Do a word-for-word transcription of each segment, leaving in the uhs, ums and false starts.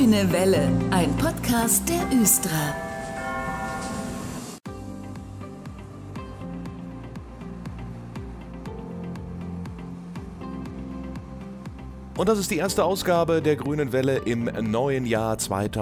Grüne Welle, ein Podcast der Östra. Und das ist die erste Ausgabe der Grünen Welle im neuen Jahr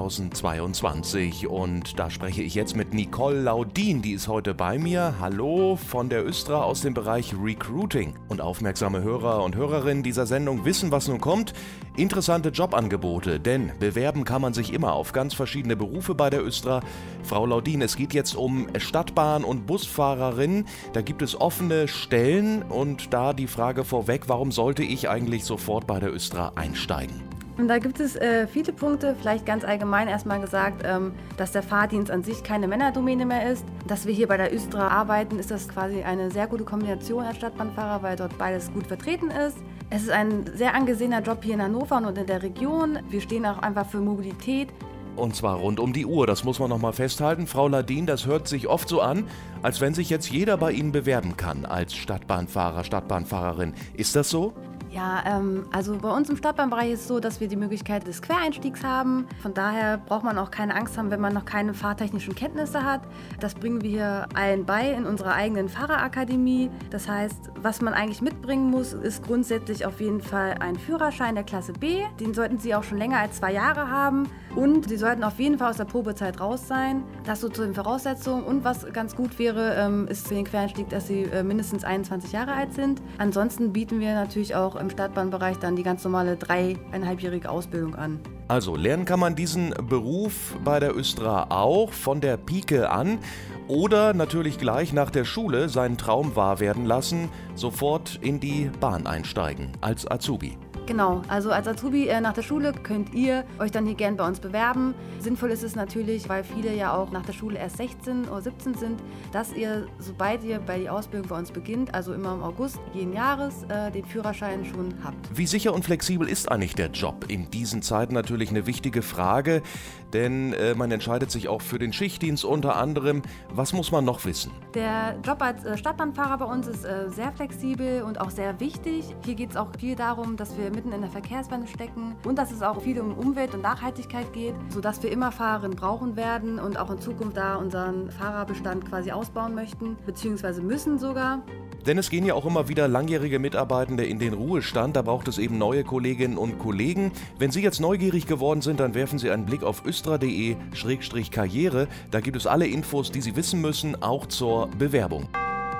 zweitausendzweiundzwanzig. Und da spreche ich jetzt mit Nicole Laudin, die ist heute bei mir. Hallo von der Östra aus dem Bereich Recruiting. Und aufmerksame Hörer und Hörerinnen dieser Sendung wissen, was nun kommt. Interessante Jobangebote, denn bewerben kann man sich immer auf ganz verschiedene Berufe bei der Östra. Frau Laudin, es geht jetzt um Stadtbahn- und Busfahrerin. Da gibt es offene Stellen und da die Frage vorweg, warum sollte ich eigentlich sofort bei der Östra einsteigen? Und da gibt es äh, viele Punkte, vielleicht ganz allgemein erstmal gesagt, ähm, dass der Fahrdienst an sich keine Männerdomäne mehr ist. Dass wir hier bei der Östra arbeiten, ist das quasi eine sehr gute Kombination als Stadtbahnfahrer, weil dort beides gut vertreten ist. Es ist ein sehr angesehener Job hier in Hannover und in der Region. Wir stehen auch einfach für Mobilität. Und zwar rund um die Uhr, das muss man nochmal festhalten. Frau Laudin, das hört sich oft so an, als wenn sich jetzt jeder bei Ihnen bewerben kann als Stadtbahnfahrer, Stadtbahnfahrerin. Ist das so? Ja, ähm, also bei uns im Stadtbahnbereich ist es so, dass wir die Möglichkeit des Quereinstiegs haben. Von daher braucht man auch keine Angst haben, wenn man noch keine fahrtechnischen Kenntnisse hat. Das bringen wir hier allen bei in unserer eigenen Fahrerakademie. Das heißt, was man eigentlich mitbringen muss, ist grundsätzlich auf jeden Fall ein Führerschein der Klasse B. Den sollten Sie auch schon länger als zwei Jahre haben. Und Sie sollten auf jeden Fall aus der Probezeit raus sein. Das so zu den Voraussetzungen. Und was ganz gut wäre, ähm, ist für den Quereinstieg, dass Sie äh, mindestens einundzwanzig Jahre alt sind. Ansonsten bieten wir natürlich auch im Stadtbahnbereich dann die ganz normale dreieinhalbjährige Ausbildung an. Also lernen kann man diesen Beruf bei der Östra auch von der Pike an oder natürlich gleich nach der Schule seinen Traum wahr werden lassen, sofort in die Bahn einsteigen als Azubi. Genau, also als Azubi äh, nach der Schule könnt ihr euch dann hier gern bei uns bewerben. Sinnvoll ist es natürlich, weil viele ja auch nach der Schule erst sechzehn oder siebzehn sind, dass ihr, sobald ihr bei der Ausbildung bei uns beginnt, also immer im August jeden Jahres, äh, den Führerschein schon habt. Wie sicher und flexibel ist eigentlich der Job? In diesen Zeiten natürlich eine wichtige Frage, denn äh, man entscheidet sich auch für den Schichtdienst unter anderem. Was muss man noch wissen? Der Job als äh, Stadtbahnfahrer bei uns ist äh, sehr flexibel und auch sehr wichtig. Hier geht es auch viel darum, dass wir mitten in der Verkehrswende stecken und dass es auch viel um Umwelt und Nachhaltigkeit geht, sodass wir immer Fahrerinnen brauchen werden und auch in Zukunft da unseren Fahrerbestand quasi ausbauen möchten, beziehungsweise müssen sogar. Denn es gehen ja auch immer wieder langjährige Mitarbeitende in den Ruhestand, da braucht es eben neue Kolleginnen und Kollegen. Wenn Sie jetzt neugierig geworden sind, dann werfen Sie einen Blick auf östra punkt de Schrägstrich Karriere, da gibt es alle Infos, die Sie wissen müssen, auch zur Bewerbung.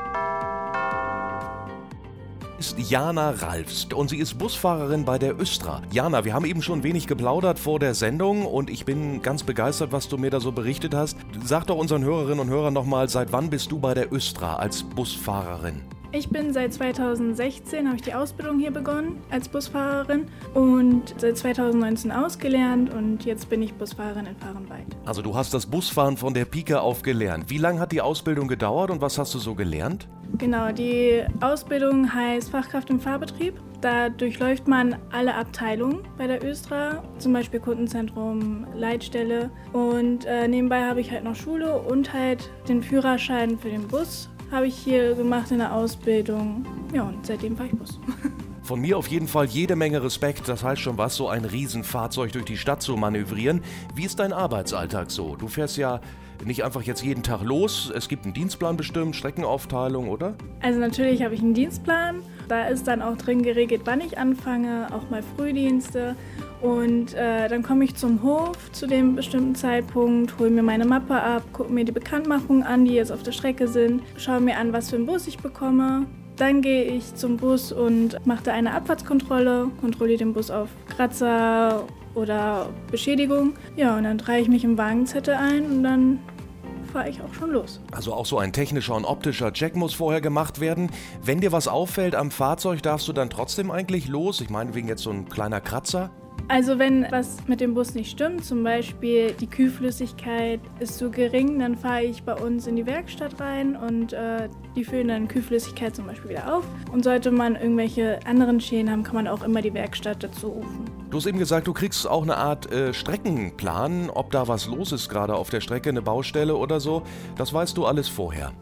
Ist Jana Ralfst und sie ist Busfahrerin bei der Östra. Jana, wir haben eben schon wenig geplaudert vor der Sendung und ich bin ganz begeistert, was du mir da so berichtet hast. Sag doch unseren Hörerinnen und Hörern nochmal, seit wann bist du bei der Östra als Busfahrerin? Ich bin seit zweitausendsechzehn, habe ich die Ausbildung hier begonnen als Busfahrerin und seit zweitausendneunzehn ausgelernt und jetzt bin ich Busfahrerin in Fahrenwald. Also du hast das Busfahren von der Pike auf gelernt. Wie lange hat die Ausbildung gedauert und was hast du so gelernt? Genau, die Ausbildung heißt Fachkraft im Fahrbetrieb. Da durchläuft man alle Abteilungen bei der Östra, zum Beispiel Kundenzentrum, Leitstelle und äh, nebenbei habe ich halt noch Schule und halt den Führerschein für den Bus habe ich hier gemacht in der Ausbildung. Ja, und seitdem fahre ich Bus. Von mir auf jeden Fall jede Menge Respekt. Das heißt schon was, so ein Riesenfahrzeug durch die Stadt zu manövrieren. Wie ist dein Arbeitsalltag so? Du fährst ja nicht einfach jetzt jeden Tag los. Es gibt einen Dienstplan bestimmt, Streckenaufteilung, oder? Also natürlich habe ich einen Dienstplan. Da ist dann auch drin geregelt, wann ich anfange, auch mal Frühdienste. Und äh, dann komme ich zum Hof zu dem bestimmten Zeitpunkt, hole mir meine Mappe ab, gucke mir die Bekanntmachungen an, die jetzt auf der Strecke sind, schaue mir an, was für einen Bus ich bekomme. Dann gehe ich zum Bus und mache da eine Abfahrtskontrolle, kontrolliere den Bus auf Kratzer oder Beschädigung. Ja, und dann trage ich mich im Wagenzettel ein und dann fahre ich auch schon los. Also auch so ein technischer und optischer Check muss vorher gemacht werden. Wenn dir was auffällt am Fahrzeug, darfst du dann trotzdem eigentlich los? Ich meine, wegen jetzt so ein kleiner Kratzer? Also wenn was mit dem Bus nicht stimmt, zum Beispiel die Kühlflüssigkeit ist so gering, dann fahre ich bei uns in die Werkstatt rein und äh, die füllen dann Kühlflüssigkeit zum Beispiel wieder auf. Und sollte man irgendwelche anderen Schäden haben, kann man auch immer die Werkstatt dazu rufen. Du hast eben gesagt, du kriegst auch eine Art äh, Streckenplan, ob da was los ist gerade auf der Strecke, eine Baustelle oder so. Das weißt du alles vorher.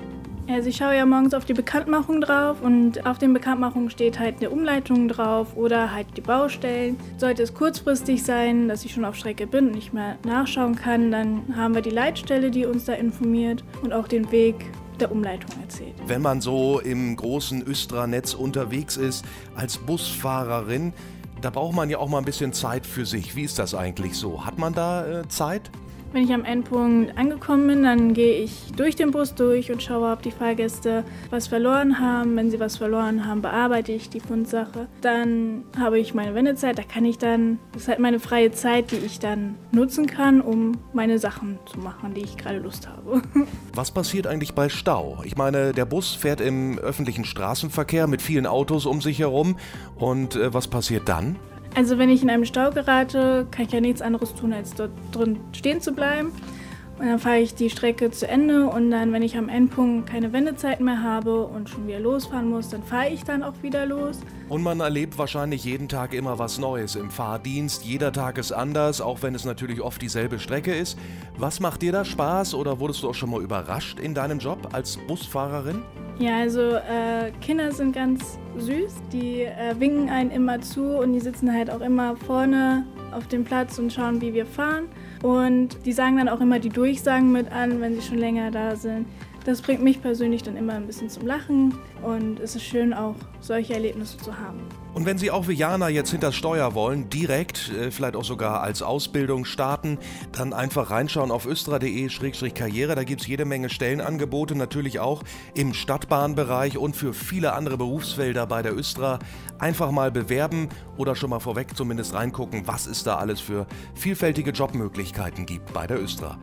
Also ich schaue ja morgens auf die Bekanntmachung drauf und auf den Bekanntmachungen steht halt eine Umleitung drauf oder halt die Baustellen. Sollte es kurzfristig sein, dass ich schon auf Strecke bin und nicht mehr nachschauen kann, dann haben wir die Leitstelle, die uns da informiert und auch den Weg der Umleitung erzählt. Wenn man so im großen Östra-Netz unterwegs ist als Busfahrerin, da braucht man ja auch mal ein bisschen Zeit für sich. Wie ist das eigentlich so? Hat man da äh, Zeit? Wenn ich am Endpunkt angekommen bin, dann gehe ich durch den Bus durch und schaue, ob die Fahrgäste was verloren haben. Wenn sie was verloren haben, bearbeite ich die Fundsache. Dann habe ich meine Wendezeit, da kann ich dann, das ist halt meine freie Zeit, die ich dann nutzen kann, um meine Sachen zu machen, die ich gerade Lust habe. Was passiert eigentlich bei Stau? Ich meine, der Bus fährt im öffentlichen Straßenverkehr mit vielen Autos um sich herum. Und äh, was passiert dann? Also wenn ich in einem Stau gerate, kann ich ja nichts anderes tun, als dort drin stehen zu bleiben. Und dann fahre ich die Strecke zu Ende und dann, wenn ich am Endpunkt keine Wendezeit mehr habe und schon wieder losfahren muss, dann fahre ich dann auch wieder los. Und man erlebt wahrscheinlich jeden Tag immer was Neues im Fahrdienst. Jeder Tag ist anders, auch wenn es natürlich oft dieselbe Strecke ist. Was macht dir da Spaß oder wurdest du auch schon mal überrascht in deinem Job als Busfahrerin? Ja, also äh, Kinder sind ganz süß, die äh, winken einen immer zu und die sitzen halt auch immer vorne auf dem Platz und schauen, wie wir fahren. Und die sagen dann auch immer die Durchsagen mit an, wenn sie schon länger da sind. Das bringt mich persönlich dann immer ein bisschen zum Lachen und es ist schön, auch solche Erlebnisse zu haben. Und wenn Sie auch wie Jana jetzt hinter das Steuer wollen, direkt, äh, vielleicht auch sogar als Ausbildung starten, dann einfach reinschauen auf östra punkt de Schrägstrich karriere. Da gibt es jede Menge Stellenangebote, natürlich auch im Stadtbahnbereich und für viele andere Berufsfelder bei der Östra. Einfach mal bewerben oder schon mal vorweg zumindest reingucken, was es da alles für vielfältige Jobmöglichkeiten gibt bei der Östra.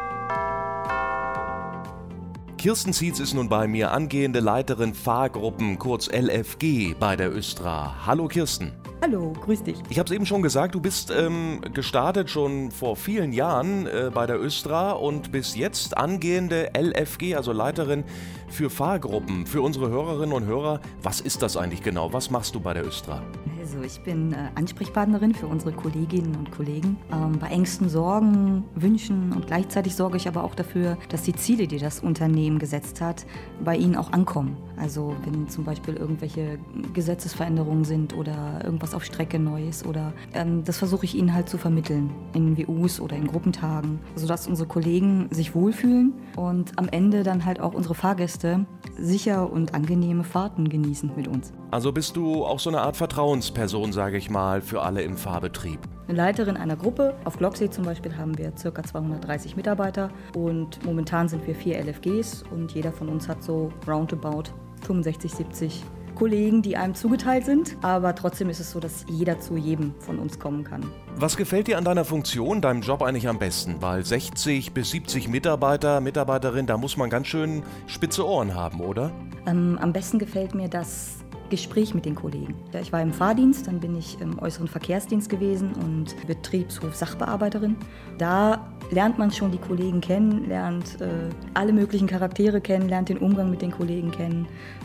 Kirsten Zietz ist nun bei mir, angehende Leiterin Fahrgruppen, kurz L F G bei der Östra. Hallo Kirsten. Hallo, grüß dich. Ich habe es eben schon gesagt, du bist ähm, gestartet schon vor vielen Jahren äh, bei der Östra und bist jetzt angehende L F G, also Leiterin für Fahrgruppen. Für unsere Hörerinnen und Hörer, was ist das eigentlich genau? Was machst du bei der Östra? Also ich bin äh, Ansprechpartnerin für unsere Kolleginnen und Kollegen ähm, bei Ängsten, Sorgen, Wünschen und gleichzeitig sorge ich aber auch dafür, dass die Ziele, die das Unternehmen gesetzt hat, bei ihnen auch ankommen. Also wenn zum Beispiel irgendwelche Gesetzesveränderungen sind oder irgendwas auf Strecke neu ist oder ähm, das versuche ich ihnen halt zu vermitteln in W Us oder in Gruppentagen, sodass unsere Kollegen sich wohlfühlen und am Ende dann halt auch unsere Fahrgäste sicher und angenehme Fahrten genießen mit uns. Also bist du auch so eine Art Vertrauensperson, sage ich mal, für alle im Fahrbetrieb? Eine Leiterin einer Gruppe. Auf Glocksee zum Beispiel haben wir ca. zweihundertdreißig Mitarbeiter und momentan sind wir vier L F Gs und jeder von uns hat so roundabout fünfundsechzig, siebzig Kollegen, die einem zugeteilt sind. Aber trotzdem ist es so, dass jeder zu jedem von uns kommen kann. Was gefällt dir an deiner Funktion, deinem Job eigentlich am besten? Weil sechzig bis siebzig Mitarbeiter, Mitarbeiterin, da muss man ganz schön spitze Ohren haben, oder? Ähm, am besten gefällt mir das Gespräch mit den Kollegen. Ich war im Fahrdienst, dann bin ich im äußeren Verkehrsdienst gewesen und Betriebshof-Sachbearbeiterin. Da lernt man schon die Kollegen kennen, lernt äh, alle möglichen Charaktere kennen, lernt den Umgang mit den Kollegen kennen.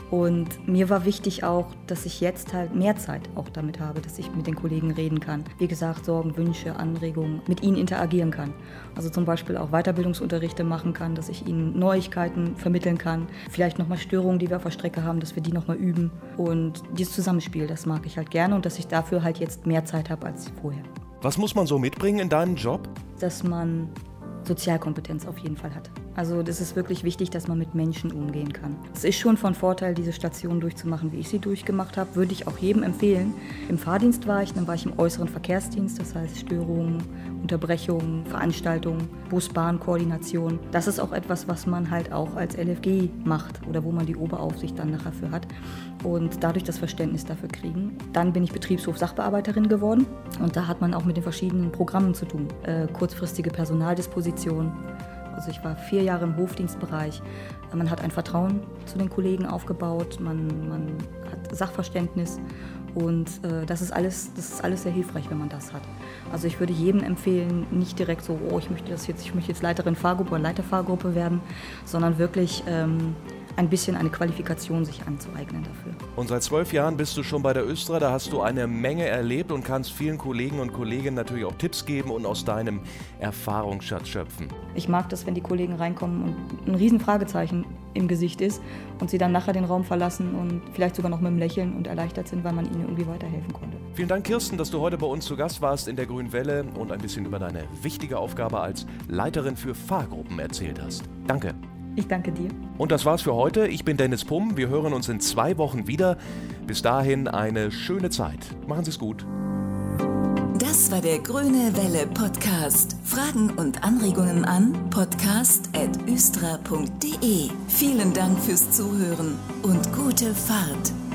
Und mir war wichtig auch, dass ich jetzt halt mehr Zeit auch damit habe, dass ich mit den Kollegen reden kann. Wie gesagt, Sorgen, Wünsche, Anregungen, mit ihnen interagieren kann. Also zum Beispiel auch Weiterbildungsunterrichte machen kann, dass ich ihnen Neuigkeiten vermitteln kann. Vielleicht nochmal Störungen, die wir auf der Strecke haben, dass wir die nochmal üben. Und dieses Zusammenspiel, das mag ich halt gerne und dass ich dafür halt jetzt mehr Zeit habe als vorher. Was muss man so mitbringen in deinem Job? Dass man Sozialkompetenz auf jeden Fall hat. Also das ist wirklich wichtig, dass man mit Menschen umgehen kann. Es ist schon von Vorteil, diese Station durchzumachen, wie ich sie durchgemacht habe, würde ich auch jedem empfehlen. Im Fahrdienst war ich, dann war ich im äußeren Verkehrsdienst, das heißt Störungen, Unterbrechungen, Veranstaltungen, Bus-Bahn-Koordination. Das ist auch etwas, was man halt auch als L F G macht oder wo man die Oberaufsicht dann nachher für hat und dadurch das Verständnis dafür kriegen. Dann bin ich Betriebshof-Sachbearbeiterin geworden und da hat man auch mit den verschiedenen Programmen zu tun. Äh, kurzfristige Personaldisposition. Also ich war vier Jahre im Hofdienstbereich. Man hat ein Vertrauen zu den Kollegen aufgebaut, man, man hat Sachverständnis und äh, das ist alles, das ist alles sehr hilfreich, wenn man das hat. Also ich würde jedem empfehlen, nicht direkt so, oh, ich möchte das jetzt, ich möchte jetzt Leiterin Fahrgruppe oder Leiter Fahrgruppe werden, sondern wirklich ähm, ein bisschen eine Qualifikation sich anzueignen dafür. Und seit zwölf Jahren bist du schon bei der Östra, da hast du eine Menge erlebt und kannst vielen Kollegen und Kolleginnen natürlich auch Tipps geben und aus deinem Erfahrungsschatz schöpfen. Ich mag das, wenn die Kollegen reinkommen und ein riesen Fragezeichen im Gesicht ist und sie dann nachher den Raum verlassen und vielleicht sogar noch mit einem Lächeln und erleichtert sind, weil man ihnen irgendwie weiterhelfen konnte. Vielen Dank, Kirsten, dass du heute bei uns zu Gast warst in der Grünen Welle und ein bisschen über deine wichtige Aufgabe als Leiterin für Fahrgruppen erzählt hast. Danke. Ich danke dir. Und das war's für heute. Ich bin Dennis Pumm. Wir hören uns in zwei Wochen wieder. Bis dahin eine schöne Zeit. Machen Sie es gut. Das war der Grüne Welle Podcast. Fragen und Anregungen an podcast at östra punkt de. Vielen Dank fürs Zuhören und gute Fahrt.